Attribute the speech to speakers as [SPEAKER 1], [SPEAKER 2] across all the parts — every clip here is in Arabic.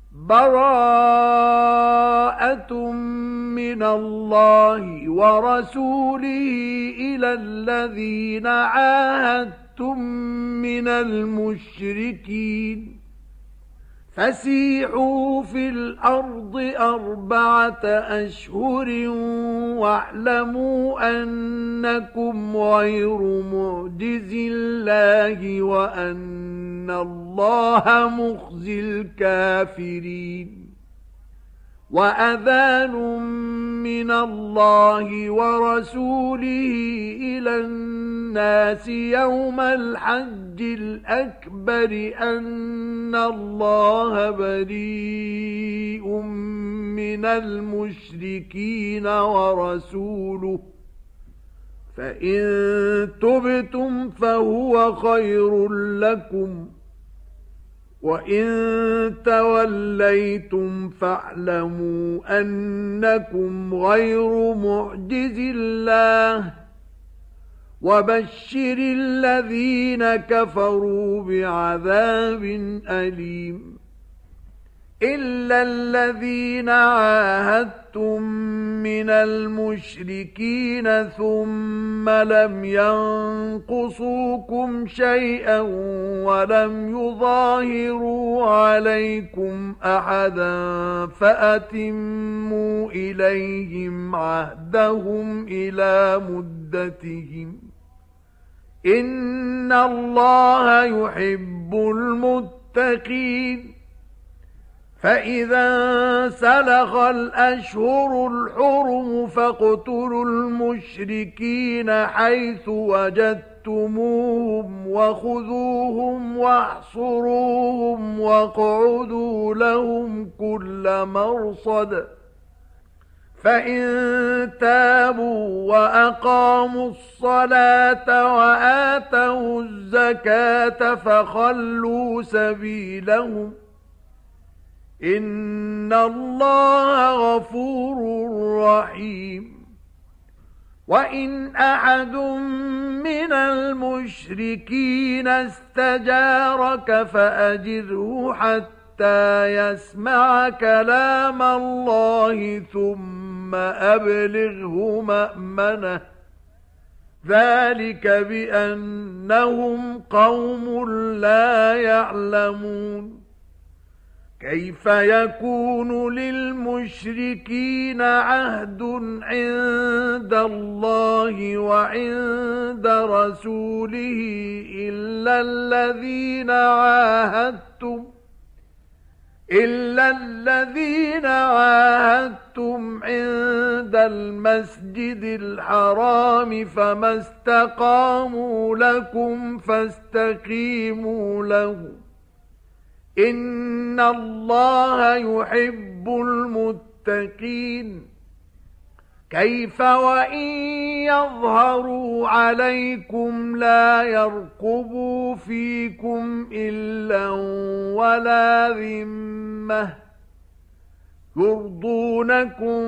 [SPEAKER 1] براءة من الله ورسوله إلى الذين عاهدتم من المشركين فسيحوا في الأرض 4 أشهر واعلموا أنكم غير معجزي الله وأن الله مخزي الكافرين وأذان من الله ورسوله إلى الناس يوم الحج الأكبر أن الله بريء من المشركين ورسوله فإن تبتم فهو خير لكم وإن توليتم فاعلموا أنكم غير معجز الله وبشر الذين كفروا بعذاب أليم إلا الذين عاهدتم من المشركين ثم لم ينقصوكم شيئا ولم يظاهروا عليكم أحدا فأتموا إليهم عهدهم إلى مدتهم إن الله يحب المتقين فإذا سلخ الأشهر الحرم فاقتلوا المشركين حيث وجدتموهم وخذوهم واحصروهم واقعدوا لهم كل مرصد فإن تابوا وأقاموا الصلاة وآتوا الزكاة فخلوا سبيلهم إن الله غفور رحيم وإن أحد من المشركين استجارك فأجره حتى يسمع كلام الله ثم أبلغه مأمنه ذلك بأنهم قوم لا يعلمون كيف يكون للمشركين عهد عند الله وعند رسوله إلا الذين عاهدتم عند المسجد الحرام فما استقاموا لكم فاستقيموا لهم إن الله يحب المتقين كيف وإن يظهروا عليكم لا يرقبوا فيكم إلا ولا ذمة يرضونكم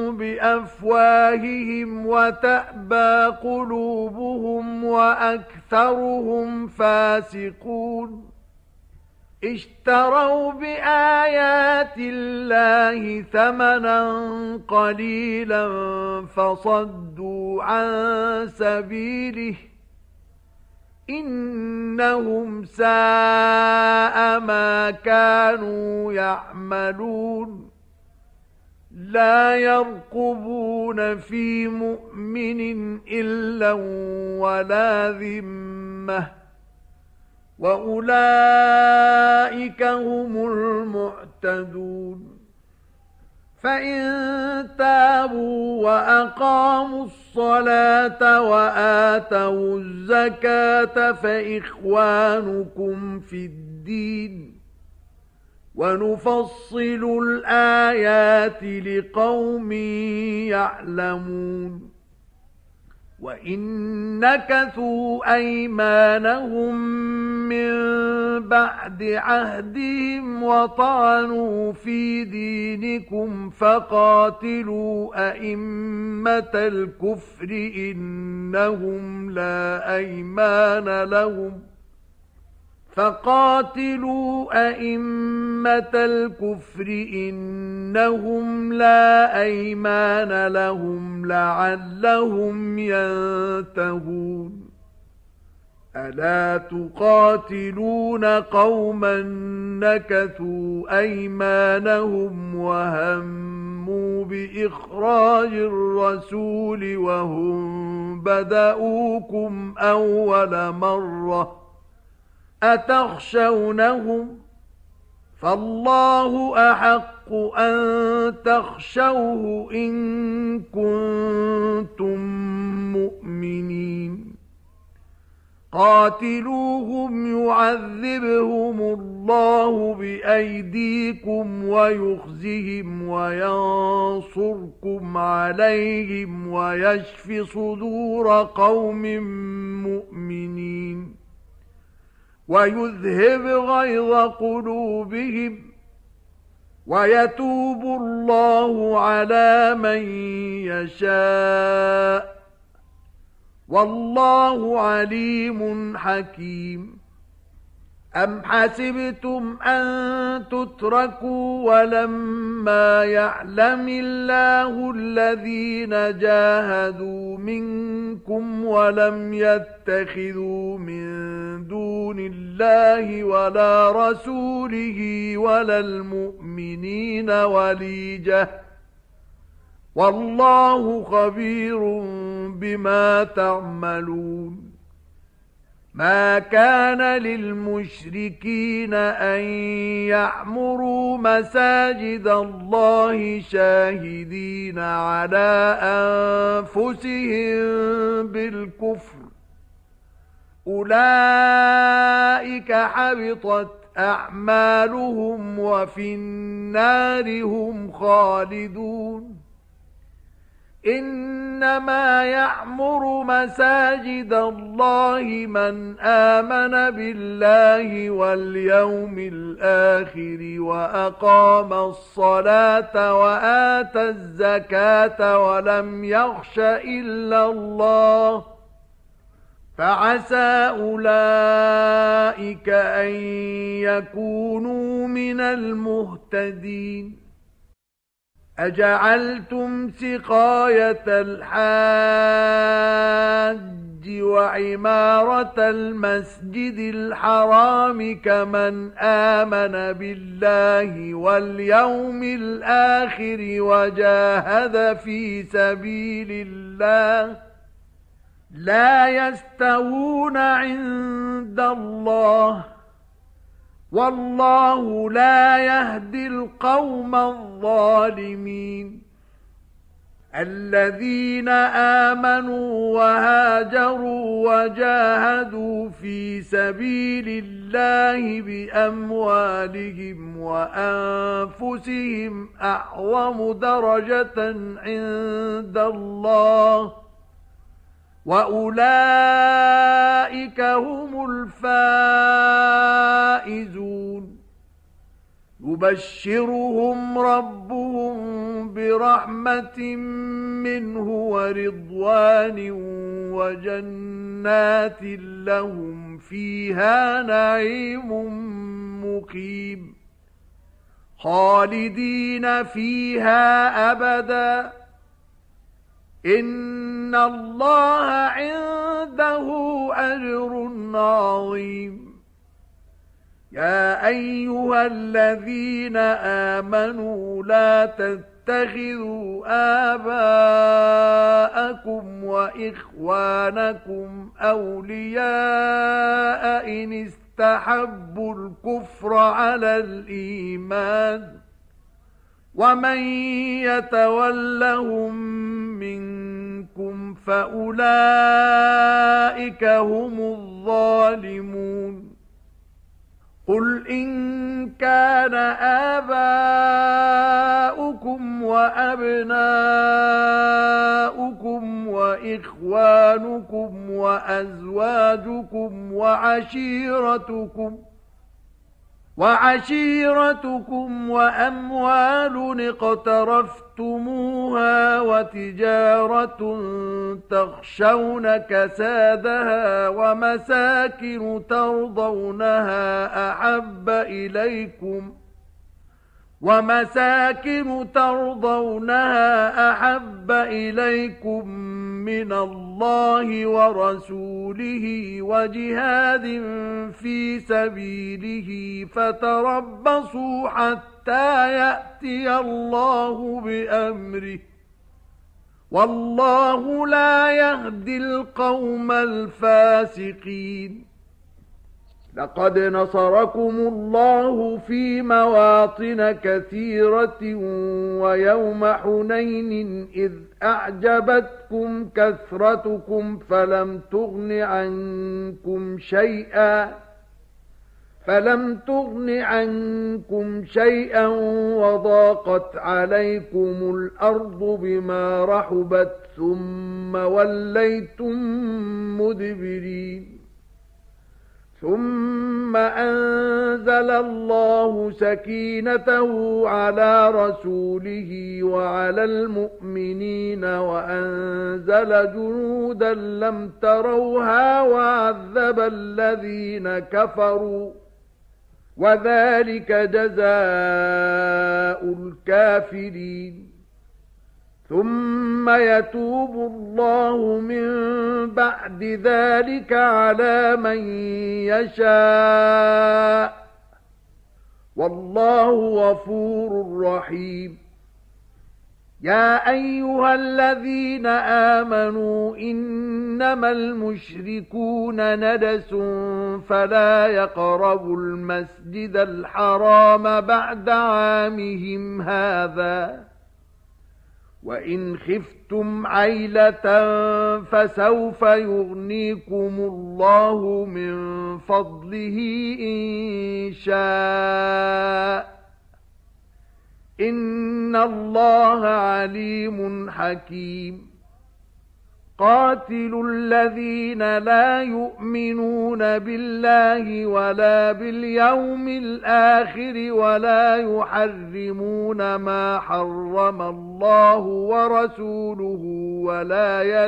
[SPEAKER 1] بأفواههم وتأبى قلوبهم وأكثرهم فاسقون اشتروا بآيات الله ثمنا قليلا فصدوا عن سبيله إنهم ساء ما كانوا يعملون لا يرقبون في مؤمن إلا ولا ذمة وأولئك هم المعتدون فإن تابوا وأقاموا الصلاة وآتوا الزكاة فإخوانكم في الدين ونفصل الآيات لقوم يعلمون وإن نكثوا أيمانهم من بعد عهدهم وطعنوا في دينكم فقاتلوا أئمة الكفر إنهم لا أيمان لهم فقاتلوا أئمة الكفر إنهم لا أيمان لهم لعلهم ينتهون ألا تقاتلون قوما نكثوا أيمانهم وهموا بإخراج الرسول وهم بدأوكم أول مرة أتخشونهم فالله أحق أن تخشوه إن كنتم مؤمنين قاتلوهم يعذبهم الله بأيديكم ويخزهم وينصركم عليهم ويشف صدور قوم مؤمنين ويذهب غيظ قلوبهم ويتوب الله على من يشاء والله عليم حكيم أم حسبتم أن تتركوا ولما يعلم الله الذين جاهدوا منكم ولم يتخذوا من دون الله ولا رسوله ولا المؤمنين وليجة والله خبير بما تعملون ما كان للمشركين أن يعمروا مساجد الله شاهدين على أنفسهم بالكفر أولئك حبطت أعمالهم وفي النار هم خالدون إنما يعمر مساجد الله من آمن بالله واليوم الآخر وأقام الصلاة وآتى الزكاة ولم يخش إلا الله فعسى أولئك أن يكونوا من المهتدين أجعلتم سقاية الحاج وعمارة المسجد الحرام كمن آمن بالله واليوم الآخر وجاهد في سبيل الله لا يستوون عند الله والله لا يهدي القوم الظالمين الذين آمنوا وهاجروا وجاهدوا في سبيل الله بأموالهم وأنفسهم أعظم درجة عند الله وأولئك هم الفائزون يبشرهم ربهم برحمة منه ورضوان وجنات لهم فيها نعيم مقيم خالدين فيها أبدا إن الله عنده أجر عظيم يا أيها الذين آمنوا لا تتخذوا آباءكم وإخوانكم أولياء إن استحبوا الكفر على الإيمان ومن يتولهم منكم فأولئك هم الظالمون قل إن كان آباؤكم وأبناؤكم وإخوانكم وأزواجكم وعشيرتكم وعشيرتكم وأموال اقترفتموها وتجارة تخشون كسادها ومساكن ترضونها أحب إليكم من الله ورسوله وجهاد في سبيله فتربصوا حتى يأتي الله بأمره والله لا يهدي القوم الفاسقين. لقد نصركم الله في مواطن كثيرة ويوم حنين إذ أعجبتكم كثرتكم فلم تغن عنكم شيئا وضاقت عليكم الأرض بما رحبت ثم وليتم مدبرين. ثم أنزل الله سكينته على رسوله وعلى المؤمنين وأنزل جنودا لم تروها وعذب الذين كفروا وذلك جزاء الكافرين. ثم يتوب الله من بعد ذلك على من يشاء والله غفور رحيم. يا أيها الذين آمنوا إنما المشركون نجس فلا يقربوا المسجد الحرام بعد عامهم هذا وإن خفتم عيلة فسوف يغنيكم الله من فضله إن شاء إن الله عليم حكيم. قاتلوا الذين لا يؤمنون بالله ولا باليوم الآخر ولا يحرمون ما حرم الله ورسوله ولا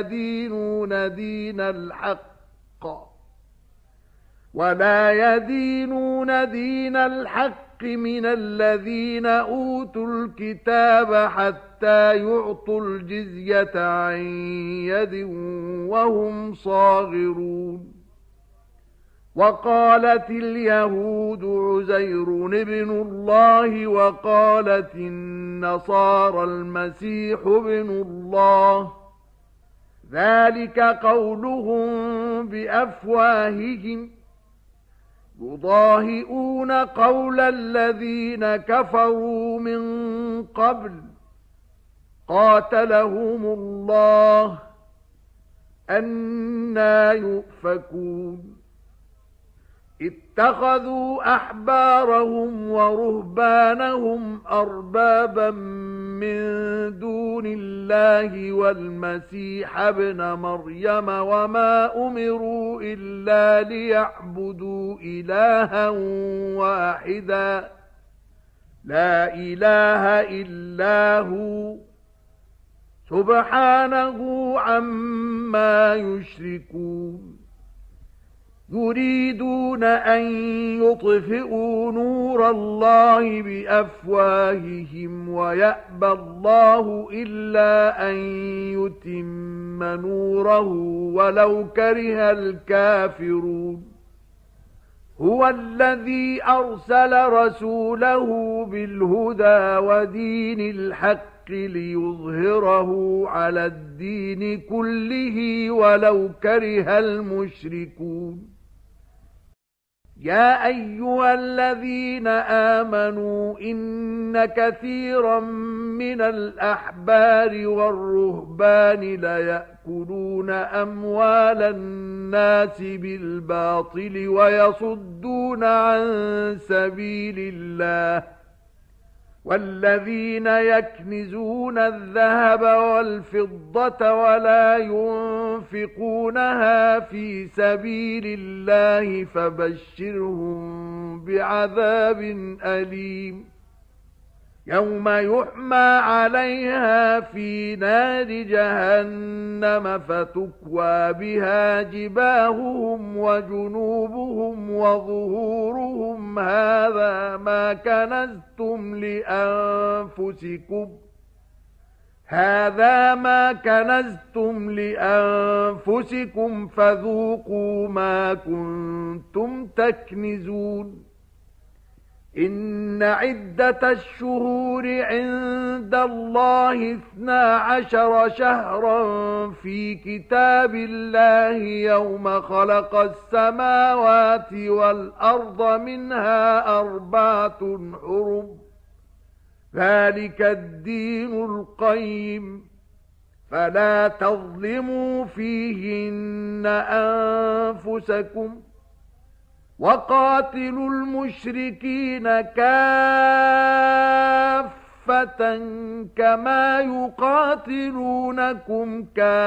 [SPEAKER 1] يدينون دين الحق من الذين أوتوا الكتاب حتى يعطوا الجزية عن يد وهم صاغرون. وقالت اليهود عزير ابن الله وقالت النصارى المسيح ابن الله ذلك قولهم بأفواههم يضاهئون قول الذين كفروا من قبل قاتلهم الله أنى يؤفكون. اتخذوا أحبارهم ورهبانهم أربابا من دون الله والمسيح ابن مريم وما أمروا إلا ليعبدوا إلها واحدا لا إله إلا هو سبحانه عما يشركون. يريدون أن يطفئوا نور الله بأفواههم ويأبى الله إلا أن يتم نوره ولو كره الكافرون. هو الذي أرسل رسوله بالهدى ودين الحق ليظهره على الدين كله ولو كره المشركون. يا أيها الذين آمنوا إن كثيرا من الأحبار والرهبان ليأكلون أموال الناس بالباطل ويصدون عن سبيل الله والذين يكنزون الذهب والفضة ولا ينفقونها في سبيل الله فبشرهم بعذاب أليم يوم يحمى عليها في نار جهنم فتكوى بها جباههم وجنوبهم وظهورهم هذا ما كنزتم لأنفسكم فذوقوا ما كنتم تكنزون إن عدة الشهور عند الله 12 شهرا في كتاب الله يوم خلق السماوات والأرض منها 4 حرم ذلك الدين القيم فلا تظلموا فيهن أنفسكم وقاتلوا المشركين كافة كما يقاتلونكم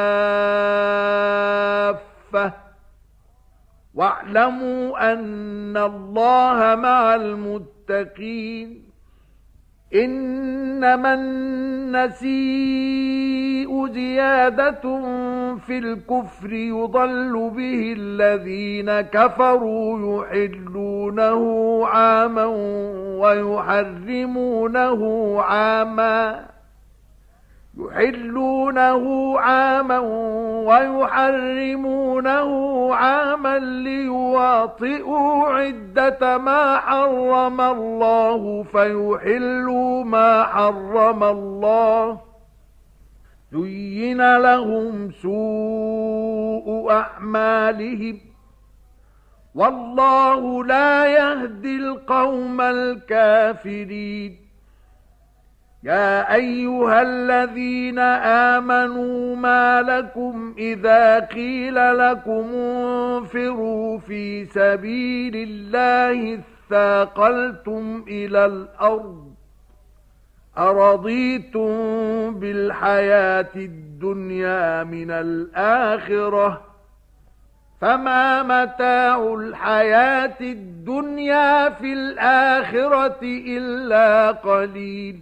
[SPEAKER 1] كافة واعلموا أن الله مع المتقين إنما النسيء زيادة في الكفر يضل به الذين كفروا يحلونه عاما ويحرمونه عاما ليواطئوا عدة ما حرم الله فيحلوا ما حرم الله زين لهم سوء أعمالهم والله لا يهدي القوم الكافرين يا أيها الذين آمنوا ما لكم إذا قيل لكم انفروا في سبيل الله اثاقلتم إلى الأرض أرضيتم بالحياة الدنيا من الآخرة فما متاع الحياة الدنيا في الآخرة إلا قليل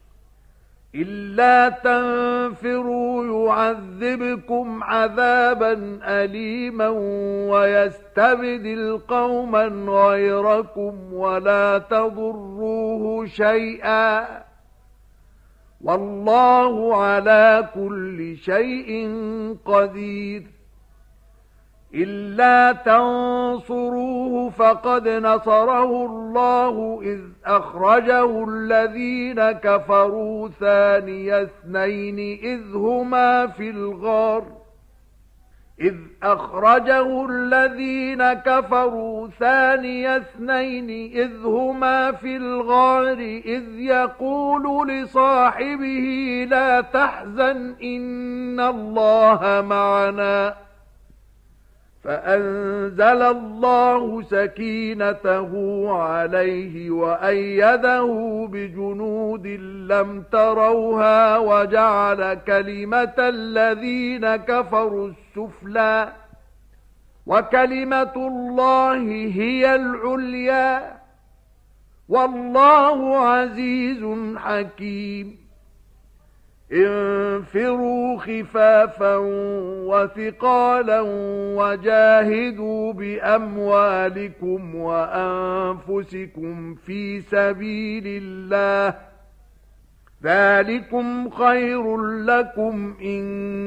[SPEAKER 1] إلا تنفروا يعذبكم عذابا أليما ويستبدل قوما غيركم ولا تضروه شيئا والله على كل شيء قدير إلا تنصروه فقد نصره الله إذ أخرجه الذين كفروا ثاني اثنين إذ هما في الغار إذ يقول لصاحبه لا تحزن إن الله معنا فأنزل الله سكينته عليه وأيده بجنود لم تروها وجعل كلمة الذين كفروا السفلى وكلمة الله هي العليا والله عزيز حكيم انفروا خفافا وثقالا وجاهدوا بأموالكم وأنفسكم في سبيل الله ذلكم خير لكم إن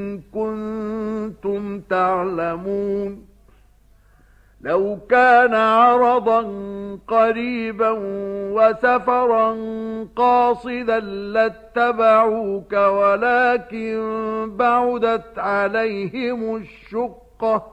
[SPEAKER 1] كنتم تعلمون لو كان عرضا قريبا وسفرا قاصدا لاتبعوك ولكن بعدت عليهم الشقة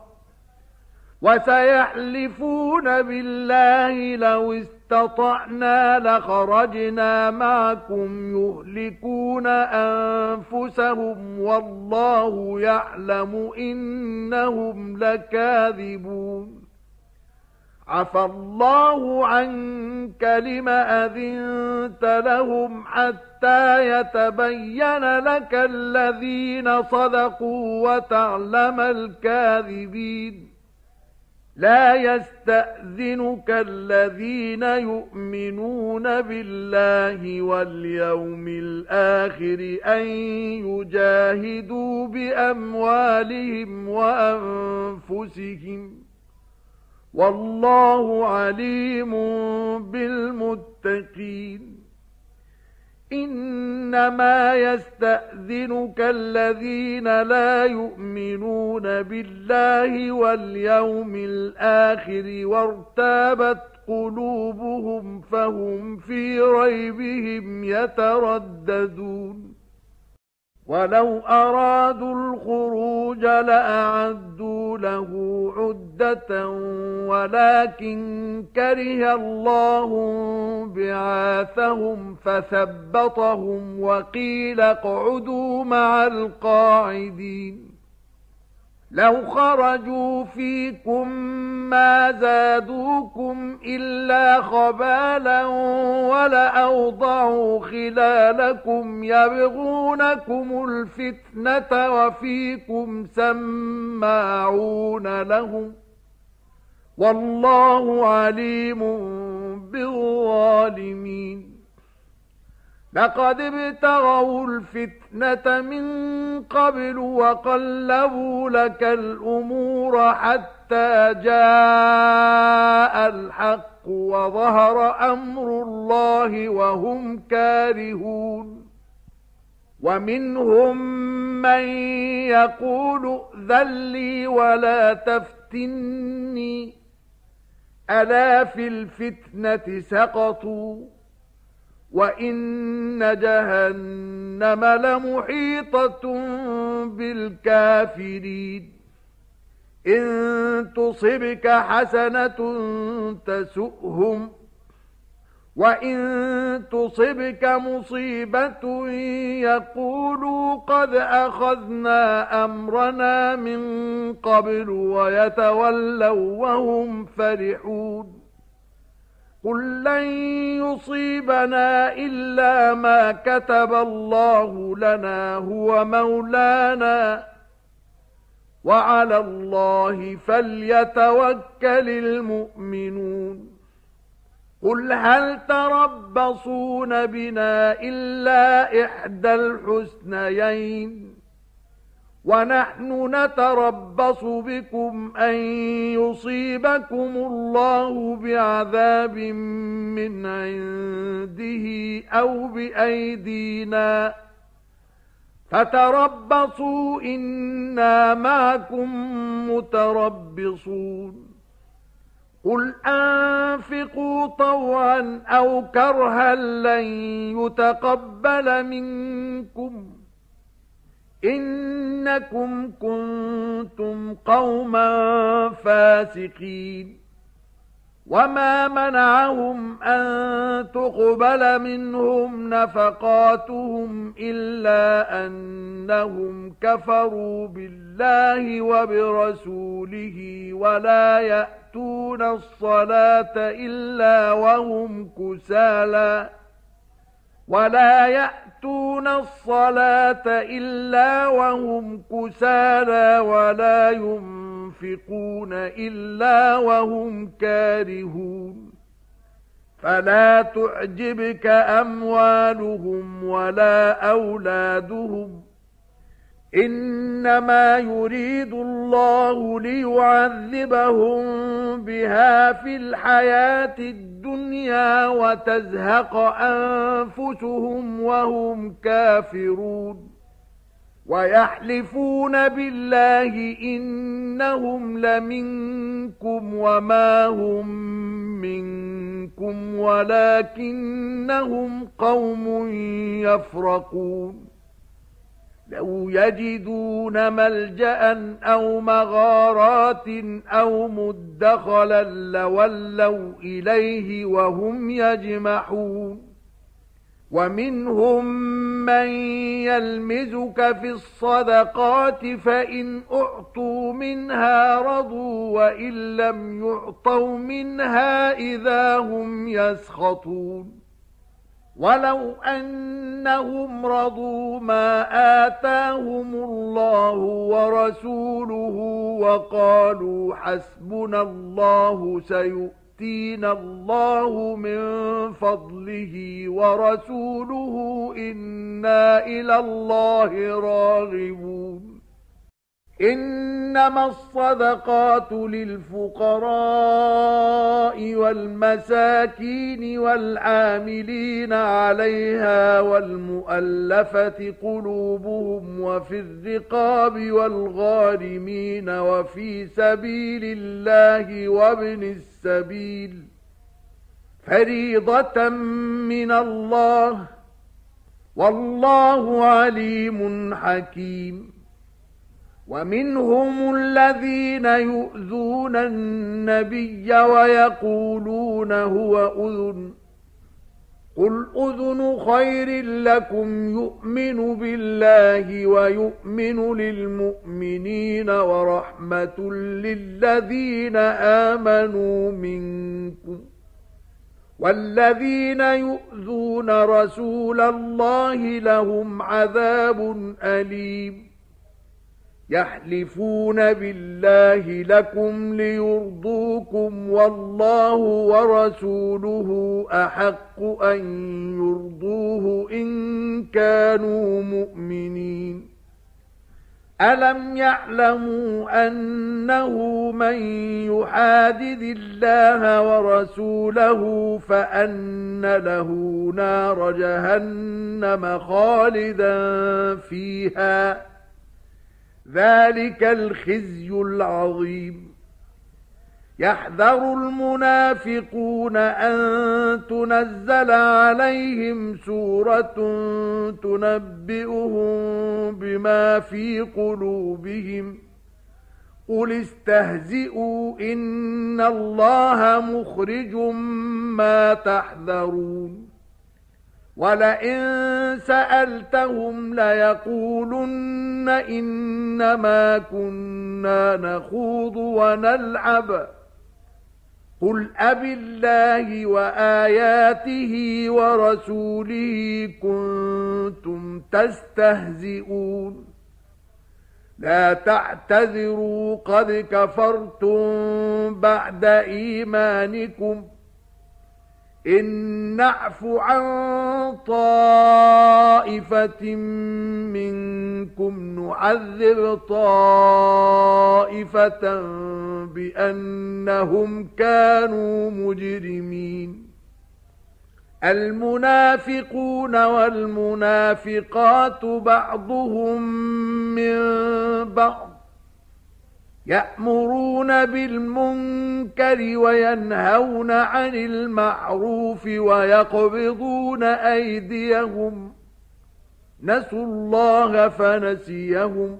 [SPEAKER 1] وسيحلفون بالله لو استطعنا لخرجنا معكم يهلكون أنفسهم والله يعلم إنهم لكاذبون عفى الله عنك لم أذنت لهم حتى يتبين لك الذين صدقوا وتعلم الكاذبين لا يستأذنك الذين يؤمنون بالله واليوم الآخر أن يجاهدوا بأموالهم وأنفسهم والله عليم بالمتقين إنما يستأذنك الذين لا يؤمنون بالله واليوم الآخر وارتابت قلوبهم فهم في ريبهم يترددون ولو أرادوا الخروج لأعدوا له عدة ولكن كره الله بعاثهم فثبطهم وقيل اقعدوا مع القاعدين لو خرجوا فيكم ما زادوكم إلا خبالا ولأوضعوا خلالكم يبغونكم الفتنة وفيكم سماعون لهم والله عليم بالظالمين لقد ابتغوا الفتنة من قبل وقلبوا لك الأمور حتى جاء الحق وظهر أمر الله وهم كارهون ومنهم من يقول ائذن لي ولا تفتني ألا في الفتنة سقطوا وإن جهنم لمحيطة بالكافرين إن تصبك حسنة تسؤهم وإن تصبك مصيبة يقولوا قد أخذنا أمرنا من قبل ويتولوا وهم فرحون قل لن يصيبنا إلا ما كتب الله لنا هو مولانا وعلى الله فليتوكل المؤمنون قل هل تربصون بنا إلا إحدى الحسنيين ونحن نتربص بكم أن يصيبكم الله بعذاب من عنده أو بأيدينا فتربصوا إنا معكم متربصون قل أنفقوا طوعا أو كرها لن يتقبل منكم إنكم كنتم قوما فاسقين وما منعهم أن تقبل منهم نفقاتهم إلا أنهم كفروا بالله وبرسوله ولا يأتون الصلاة إلا وهم كسالى ولا ينفقون إلا وهم كارهون فلا تعجبك أموالهم ولا أولادهم إنما يريد الله ليعذبهم بها في الحياة الدنيا وتزهق أنفسهم وهم كافرون ويحلفون بالله إنهم لمنكم وما هم منكم ولكنهم قوم يفرقون لو يجدون ملجأ أو مغارات أو مدخلا لولوا إليه وهم يجمحون ومنهم من يلمزك في الصدقات فإن أعطوا منها رضوا وإن لم يعطوا منها إذا هم يسخطون ولو أنهم رضوا ما آتاهم الله ورسوله وقالوا حسبنا الله سيؤتينا الله من فضله ورسوله إنا إلى الله راغبون إنما الصدقات للفقراء والمساكين والعاملين عليها والمؤلفة قلوبهم وفي الرقاب والغارمين وفي سبيل الله وابن السبيل فريضة من الله والله عليم حكيم ومنهم الذين يؤذون النبي ويقولون هو أذن قل أذن خير لكم يؤمن بالله ويؤمن للمؤمنين ورحمة للذين آمنوا منكم والذين يؤذون رسول الله لهم عذاب أليم يحلفون بالله لكم ليرضوكم والله ورسوله أحق أن يرضوه إن كانوا مؤمنين ألم يعلموا أنه من يحادد الله ورسوله فأن له نار جهنم خالدا فيها ذلك الخزي العظيم يحذر المنافقون أن تنزل عليهم سورة تنبئهم بما في قلوبهم قل استهزئوا إن الله مخرج ما تحذرون ولئن سألتهم ليقولن إنما كنا نخوض ونلعب قل أبالله وآياته ورسوله كنتم تستهزئون لا تعتذروا قد كفرتم بعد إيمانكم إن نعف عن طائفة منكم نعذب طائفة بأنهم كانوا مجرمين المنافقون والمنافقات بعضهم من بعض يأمرون بالمنكر وينهون عن المعروف ويقبضون أيديهم نسوا الله فنسيهم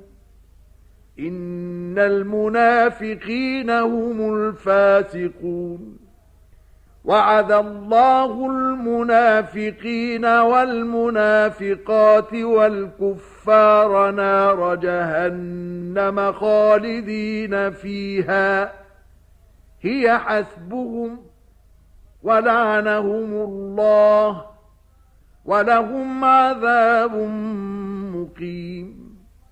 [SPEAKER 1] إن المنافقين هم الفاسقون وعد الله المنافقين والمنافقات والكفار نار جهنم خالدين فيها هي حسبهم ولعنهم الله ولهم عذاب مقيم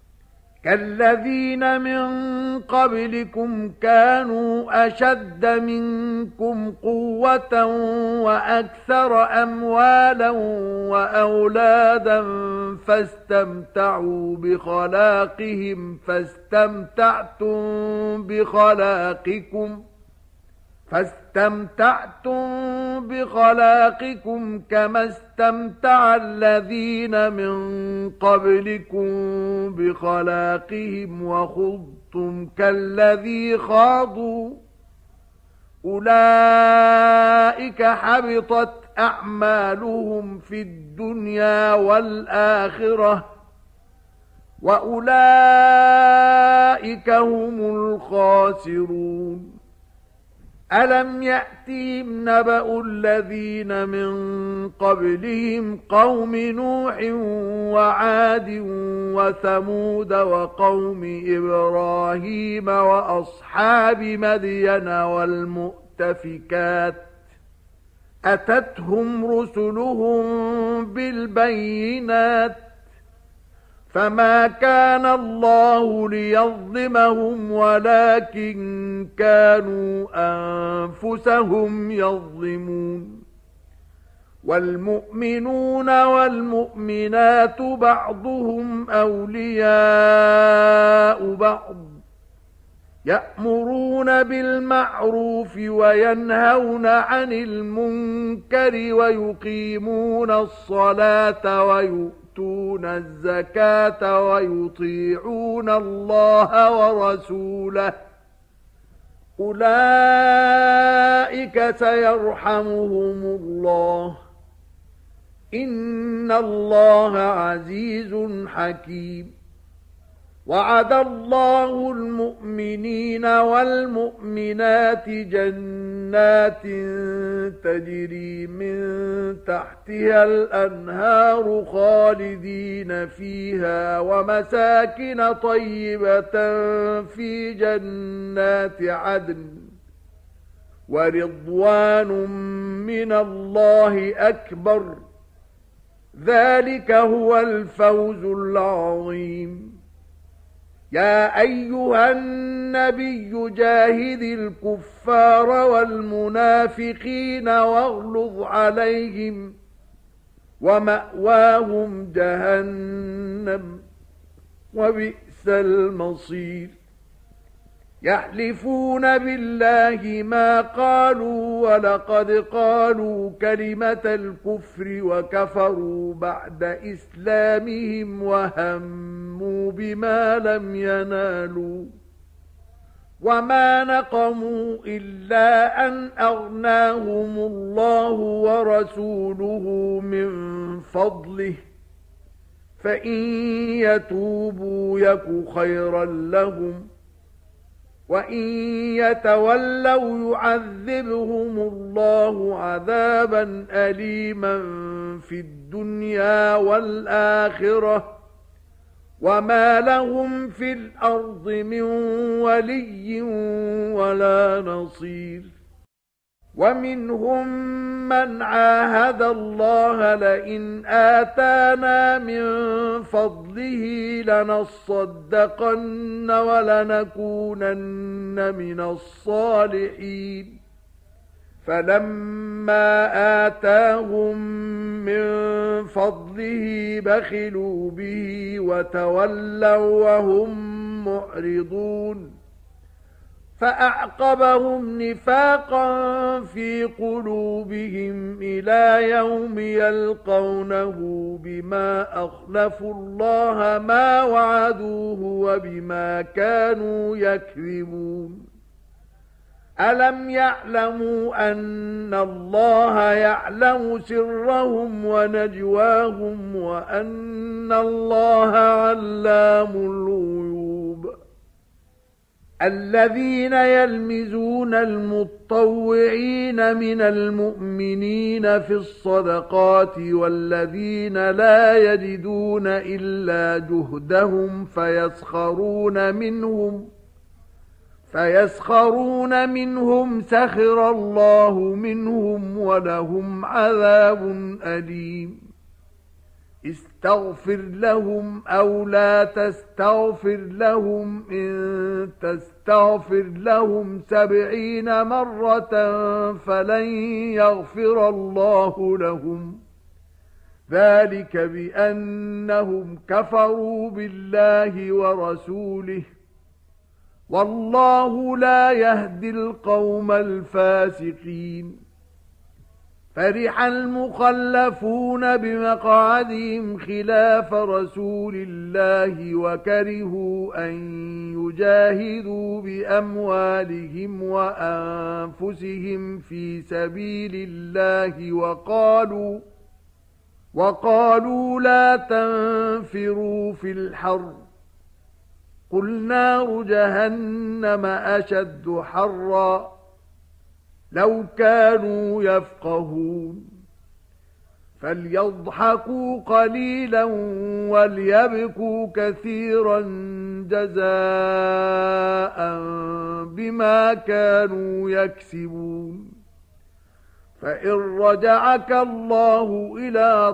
[SPEAKER 1] كالذين من قبلكم كانوا أشد منكم قوة وأكثر أموالا وأولادا فاستمتعوا بخلاقهم فاستمتعتم بخلاقكم كما استمتع الذين من قبلكم بخلاقهم وخضتم كالذي خاضوا أولئك حبطت أعمالهم في الدنيا والآخرة وأولئك هم الخاسرون ألم يأتهم نبأ الذين من قبلهم قوم نوح وعاد وثمود وقوم إبراهيم وأصحاب مدين والمؤتفكات أتتهم رسلهم بالبينات فما كان الله ليظلمهم ولكن كانوا أنفسهم يظلمون والمؤمنون والمؤمنات بعضهم أولياء بعض يأمرون بالمعروف وينهون عن المنكر ويقيمون الصلاة ويؤتون الزكاة ويطيعون الله ورسوله أولئك سيرحمهم الله إن الله عزيز حكيم وعد الله المؤمنين والمؤمنات جنات تجري من تحتها الأنهار خالدين فيها ومساكن طيبة في جنات عدن ورضوان من الله أكبر ذلك هو الفوز العظيم يا أيها النبي جاهد الكفار والمنافقين واغلظ عليهم ومأواهم جهنم وبئس المصير يحلفون بالله ما قالوا ولقد قالوا كلمة الكفر وكفروا بعد إسلامهم وهموا بما لم ينالوا وما نقموا إلا أن أغناهم الله ورسوله من فضله فإن يتوبوا يك خيرا لهم وَإِن يَتَوَلَّوْا يُعَذِّبْهُمُ اللَّهُ عَذَابًا أَلِيمًا فِي الدُّنْيَا وَالْآخِرَةِ وَمَا لَهُمْ فِي الْأَرْضِ مِنْ وَلِيٍّ وَلَا نَصِيرٍ وَمِنْهُمْ مَنْ عَاهَدَ اللَّهَ لَئِنْ آتَانَا مِنْ فَضْلِهِ لَنَصَّدَّقَنَّ وَلَنَكُونَنَّ مِنَ الصَّالِحِينَ فَلَمَّا آتَاهُمْ مِنْ فَضْلِهِ بَخِلُوا بِهِ وَتَوَلَّوْا وَهُمْ مُعْرِضُونَ فأعقبهم نفاقا في قلوبهم إلى يوم يلقونه بما أخلفوا الله ما وعدوه وبما كانوا يكذبون ألم يعلموا أن الله يعلم سرهم ونجواهم وأن الله علام الغيوب الذين يلمزون المطوعين من المؤمنين في الصدقات والذين لا يجدون إلا جهدهم فيسخرون منهم سخر الله منهم ولهم عذاب أليم استغفر لهم أو لا تستغفر لهم إن تستغفر لهم 70 مرة فلن يغفر الله لهم ذلك بأنهم كفروا بالله ورسوله والله لا يهدي القوم الفاسقين فرح المخلفون بمقعدهم خلاف رسول الله وكرهوا أن يجاهدوا بأموالهم وأنفسهم في سبيل الله وقالوا لا تنفروا في الحر قل نار جهنم أشد حرا لو كانوا يفقهون فليضحكوا قليلا وليبكوا كثيرا جزاء بما كانوا يكسبون فإن رجعك الله إلى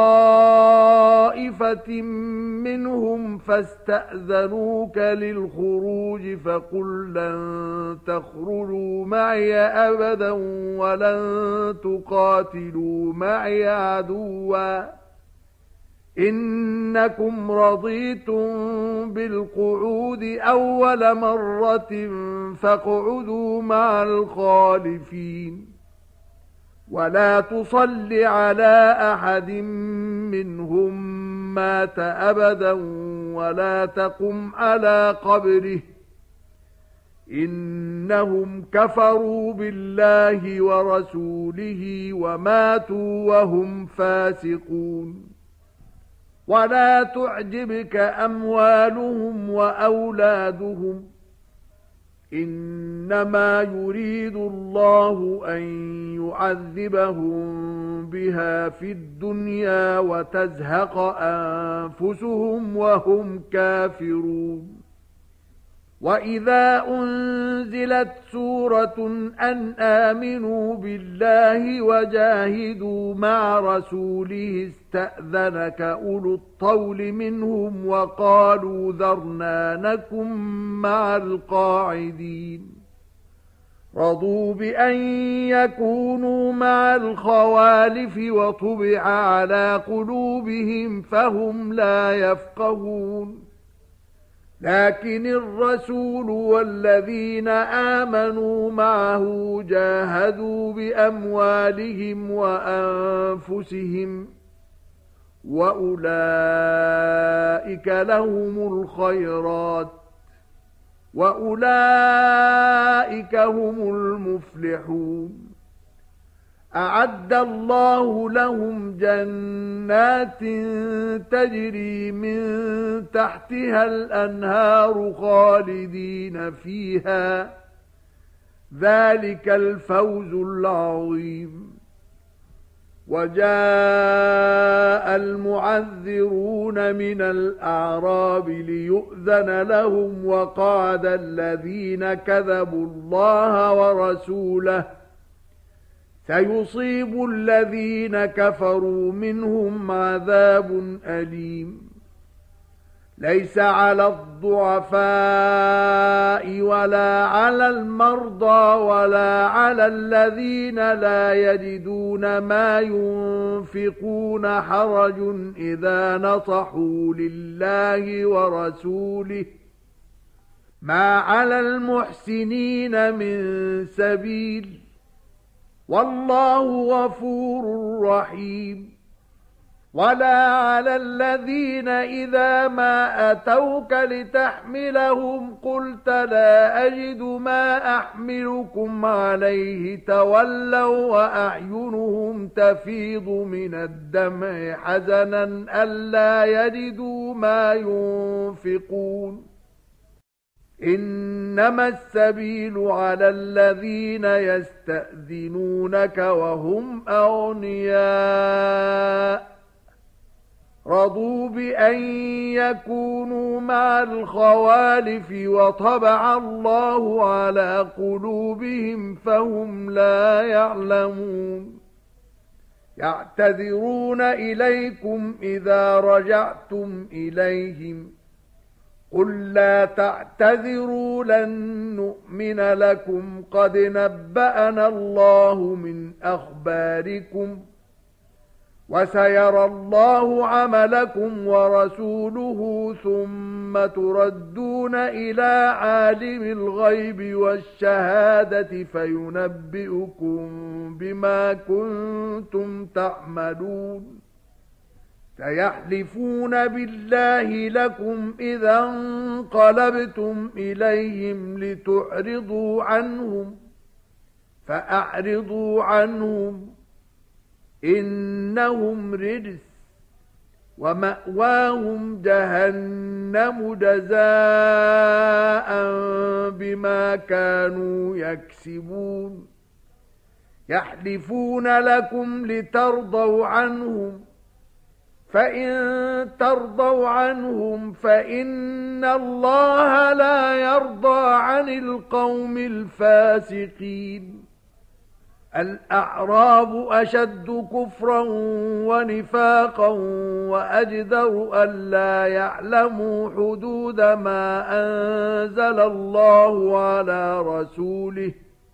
[SPEAKER 1] طائفة منهم فاستأذنوك للخروج فقل لن تخرجوا معي أبدا ولن تقاتلوا معي عدوا إنكم رضيتم بالقعود أول مرة فاقعدوا مع الخالفين ولا تصل على أحد منهم مات أبدا ولا تقم على قبره إنهم كفروا بالله ورسوله وماتوا وهم فاسقون ولا تعجبك أموالهم وأولادهم إنما يريد الله أن يعذبهم بها في الدنيا وتزهق أنفسهم وهم كافرون وإذا أنزلت سورة أن آمنوا بالله وجاهدوا مع رسوله استأذنك أولو الطول منهم وقالوا ذرنا نكن مع القاعدين رضوا بأن يكونوا مع الخوالف وطبع على قلوبهم فهم لا يفقهون لكن الرسول والذين آمنوا معه جاهدوا بأموالهم وأنفسهم وأولئك لهم الخيرات وأولئك هم المفلحون أعد الله لهم جنات تجري من تحتها الأنهار خالدين فيها ذلك الفوز العظيم وجاء المعذرون من الأعراب ليؤذن لهم وقعد الذين كذبوا الله ورسوله سيصيب الذين كفروا منهم عذاب أليم ليس على الضعفاء ولا على المرضى ولا على الذين لا يجدون ما ينفقون حرج إذا نصحوا لله ورسوله ما على المحسنين من سبيل والله غفور رحيم ولا على الذين إذا ما أتوك لتحملهم قلت لا أجد ما أحملكم عليه تولوا وأعينهم تفيض من الدمع حزنا ألا يجدوا ما ينفقون إنما السبيل على الذين يستأذنونك وهم أغنياء رضوا بأن يكونوا مع الخوالف وطبع الله على قلوبهم فهم لا يعلمون يعتذرون إليكم إذا رجعتم إليهم قل لا تعتذروا لن نؤمن لكم قد نبأنا الله من أخباركم وسيرى الله عملكم ورسوله ثم تردون إلى عالم الغيب والشهادة فينبئكم بما كنتم تعملون سيحلفون بالله لكم إذا انقلبتم إليهم لتعرضوا عنهم فأعرضوا عنهم إنهم رجس ومأواهم جهنم جزاء بما كانوا يكسبون يحلفون لكم لترضوا عنهم فإن ترضوا عنهم فإن الله لا يرضى عن القوم الفاسقين. الأعراب أشد كفرا ونفاقا وأجدر ألا يعلموا حدود ما أنزل الله على رسوله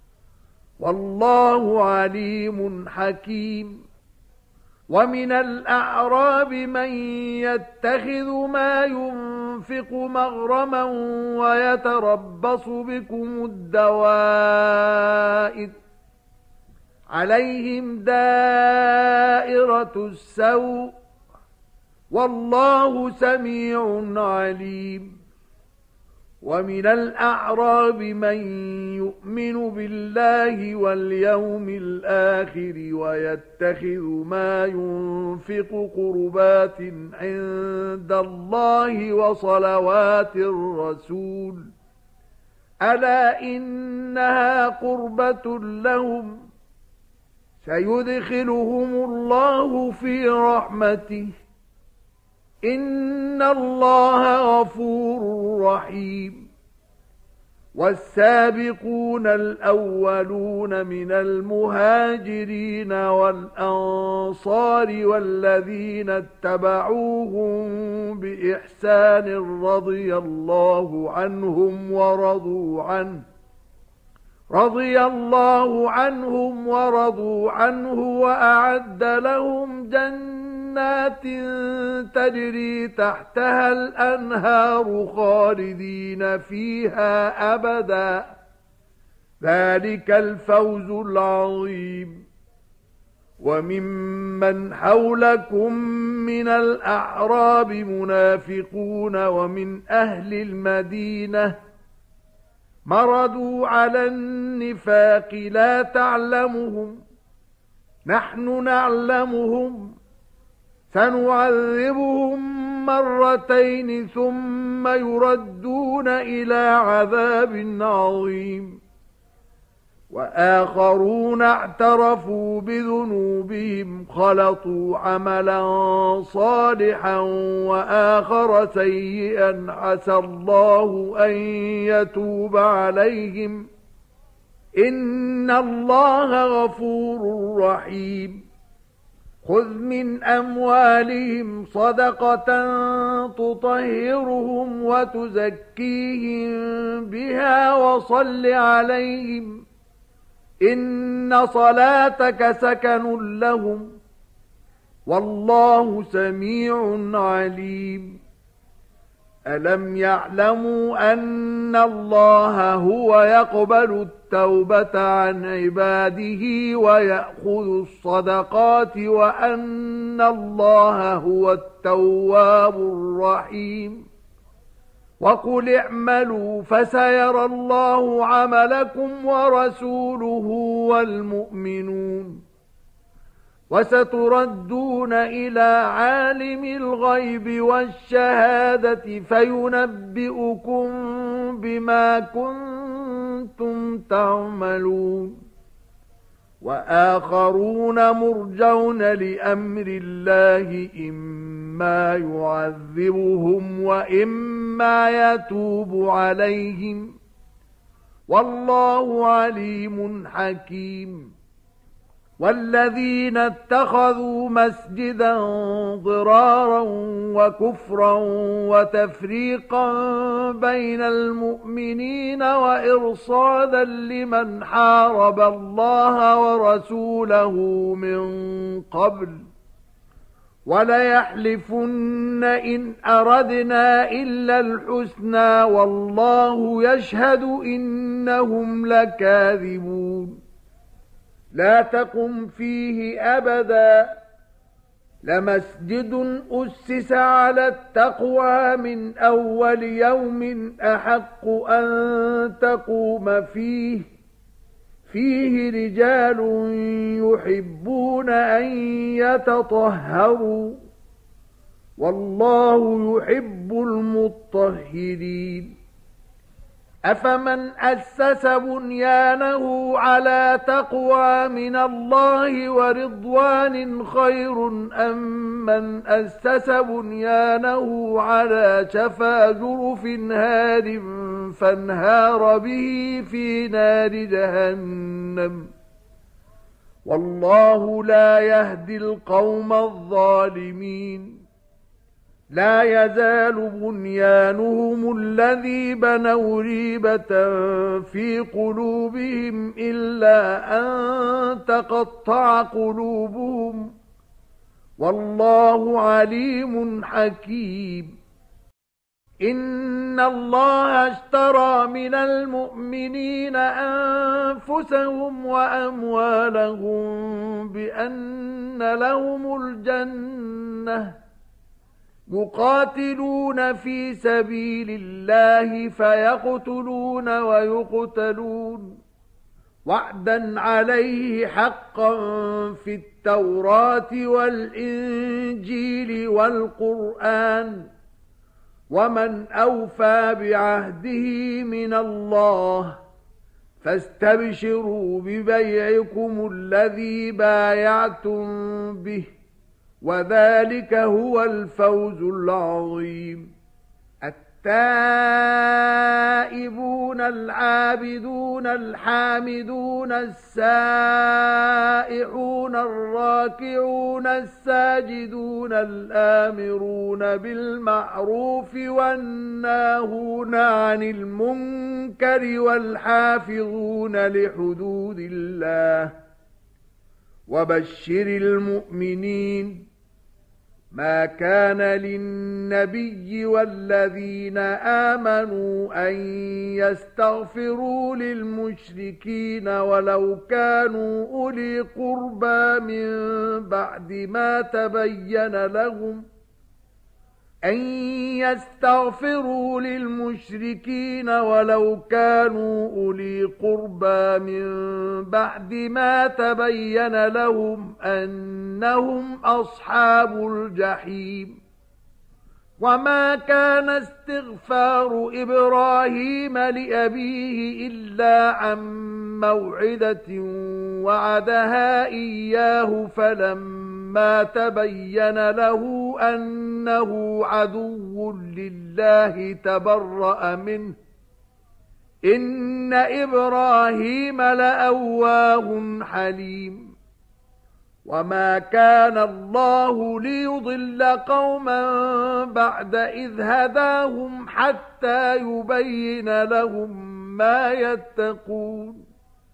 [SPEAKER 1] والله عليم حكيم. ومن الأعراب من يتخذ ما ينفق مغرما ويتربص بكم الدوائر عليهم دائرة السوء والله سميع عليم. ومن الأعراب من يؤمن بالله واليوم الآخر ويتخذ ما ينفق قربات عند الله وصلوات الرسول ألا إنها قربة لهم سيدخلهم الله في رحمته إن الله غفور رحيم. والسابقون الأولون من المهاجرين والأنصار والذين اتبعوهم بإحسان رضي الله عنهم ورضوا عنه وأعد لهم جنات تجري تحتها الأنهار خالدين فيها أبدا ذلك الفوز العظيم. وممن حولكم من الأعراب منافقون ومن أهل المدينة مردوا على النفاق لا تعلمهم نحن نعلمهم سنعذبهم مرتين ثم يردون إلى عذاب عظيم. وآخرون اعترفوا بذنوبهم خلطوا عملا صالحا وآخر سيئا عسى الله أن يتوب عليهم إن الله غفور رحيم. خذ من أموالهم صدقة تطهرهم وتزكيهم بها وصل عليهم إن صلاتك سكن لهم والله سميع عليم. ألم يعلموا أن الله هو يقبل التوبة عن عباده ويأخذ الصدقات وأن الله هو التواب الرحيم. وقل اعملوا فسيرى الله عملكم ورسوله والمؤمنون وستردون إلى عالم الغيب والشهادة فينبئكم بما كنتم تعملون. وآخرون مرجون لأمر الله إما يعذبهم وإما يتوب عليهم والله عليم حكيم. والذين اتخذوا مسجدا ضرارا وكفرا وتفريقا بين المؤمنين وإرصادا لمن حارب الله ورسوله من قبل وليحلفن إن أردنا إلا الحسنى والله يشهد إنهم لكاذبون. لا تقم فيه أبدا لمسجد أسس على التقوى من أول يوم أحق أن تقوم فيه رجال يحبون أن يتطهروا والله يحب المطهرين. أفمن أسس بنيانه على تقوى من الله ورضوان خير أم من أسس بنيانه على شفا جرف هار فانهار به في نار جهنم والله لا يهدي القوم الظالمين لا يزال بنيانهم الذي بنوا ريبة في قلوبهم إلا أن تقطع قلوبهم والله عليم حكيم إن الله اشترى من المؤمنين أنفسهم وأموالهم بأن لهم الجنة يقاتلون في سبيل الله فيقتلون ويقتلون وعدا عليه حقا في التوراة والإنجيل والقرآن ومن أوفى بعهده من الله فاستبشروا ببيعكم الذي بايعتم به وذلك هو الفوز العظيم التائبون العابدون الحامدون السائحون الراكعون الساجدون الآمرون بالمعروف والناهون عن المنكر والحافظون لحدود الله وبشر المؤمنين ما كان للنبي والذين آمنوا أن يستغفروا للمشركين ولو كانوا أولي قربى من بعد ما تبين لهم أن يستغفروا للمشركين ولو كانوا أولي قربى من بعد ما تبين لهم أنهم أصحاب الجحيم وما كان استغفار إبراهيم لأبيه إلا عن موعدة وعدها إياه فلما تبين له أنه عدو لله تبرأ منه إن إبراهيم لأواه حليم وما كان الله ليضل قوما بعد إذ هداهم حتى يبين لهم ما يتقون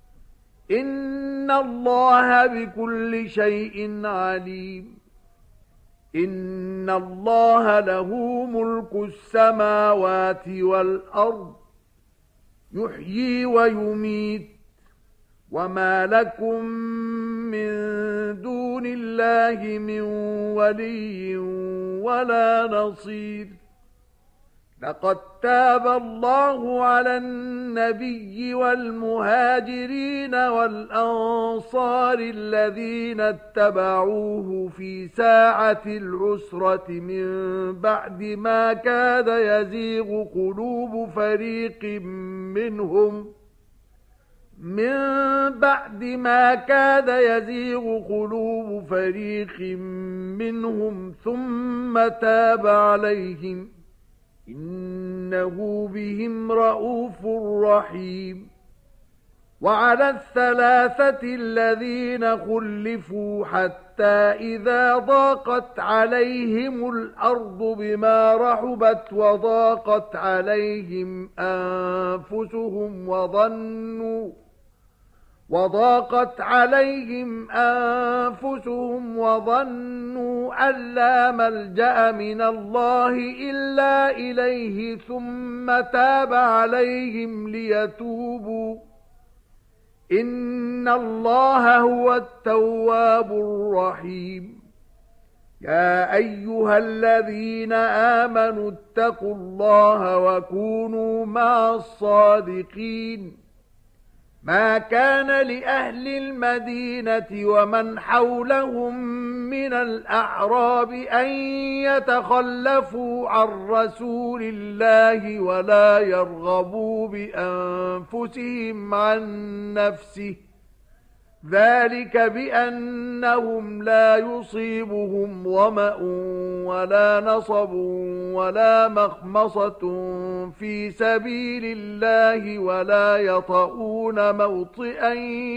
[SPEAKER 1] إن الله بكل شيء عليم إن الله له ملك السماوات والأرض يحيي ويميت وما لكم من دون الله من ولي ولا نصير لقد تاب الله على النبي والمهاجرين والأنصار الذين اتبعوه في ساعة العسرة من بعد ما كاد يزيغ قلوب فريق منهم ثم تاب عليهم إنه بهم رؤوف رحيم وعلى الثلاثة الذين خلفوا حتى إذا ضاقت عليهم الأرض بما رحبت وضاقت عليهم أنفسهم وظنوا أن لا ملجأ من الله إلا إليه ثم تاب عليهم ليتوبوا إن الله هو التواب الرحيم يا أيها الذين آمنوا اتقوا الله وكونوا مع الصادقين ما كان لأهل المدينة ومن حولهم من الأعراب أن يتخلفوا عن رسول الله ولا يرغبوا بأنفسهم عن نفسه، ذلك بأنهم لا يصيبهم ظمأ ولا نصب ولا مخمصة في سبيل الله ولا يطؤون موطئا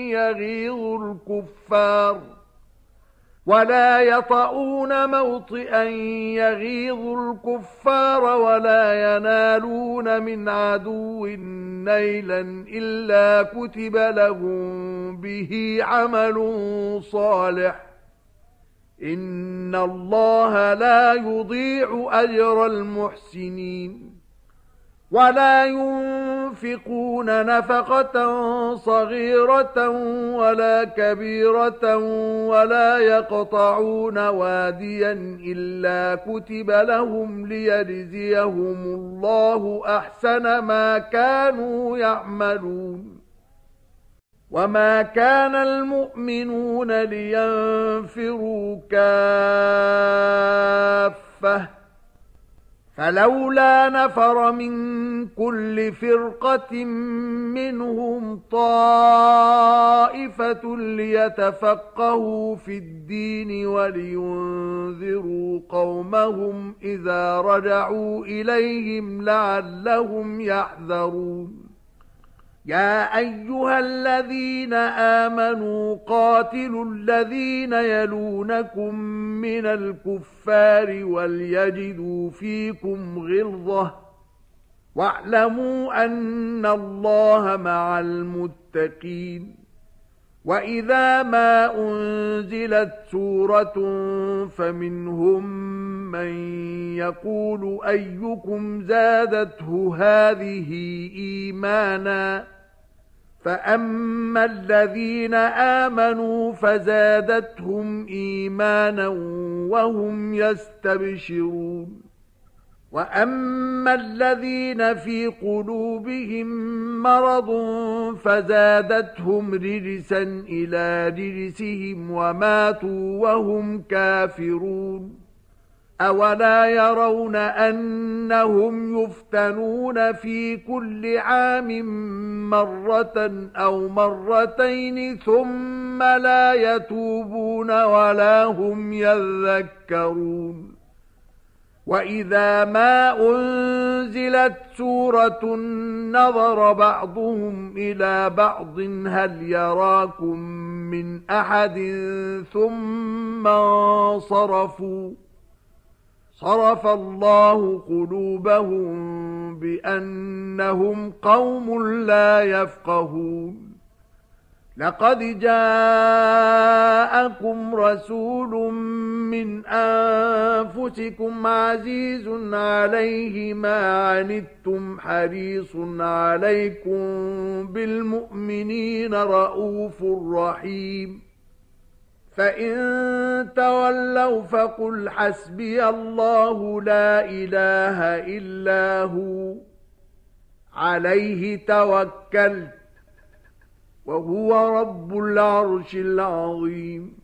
[SPEAKER 1] يغيظ الكفار ولا ينالون من عدو نيلا إلا كتب لهم به عمل صالح، إن الله لا يضيع أجر المحسنين. ولا ينفقون نفقة صغيرة ولا كبيرة ولا يقطعون واديا إلا كتب لهم ليجزيهم الله أحسن ما كانوا يعملون. وما كان المؤمنون لينفروا كافة، فلولا نفر من كل فرقة منهم طائفة ليتفقهوا في الدين ولينذروا قومهم إذا رجعوا إليهم لعلهم يحذرون. يا أيها الذين آمنوا قاتلوا الذين يلونكم من الكفار وليجدوا فيكم غلظة، واعلموا أن الله مع المتقين. وإذا ما أنزلت سورة فمنهم من يقول أيكم زادته هذه إيمانا، فأما الذين آمنوا فزادتهم إيمانا وهم يستبشرون. وأما الذين في قلوبهم مرض فزادتهم رجسا إلى رجسهم وماتوا وهم كافرون. أولا يرون أنهم يفتنون في كل عام مرة أو مرتين ثم لا يتوبون ولا هم يذكرون. وإذا ما أنزلت سورة نظر بعضهم إلى بعض هل يراكم من أحد ثم انصرفوا، صرف الله قلوبهم بأنهم قوم لا يفقهون. لقد جاءكم رسول من أنفسكم عزيز عليه ما عنتم حريص عليكم بالمؤمنين رؤوف رحيم. فإن تولوا فقل حسبي الله لا إله إلا هو عليه توكلت وهو رب العرش العظيم.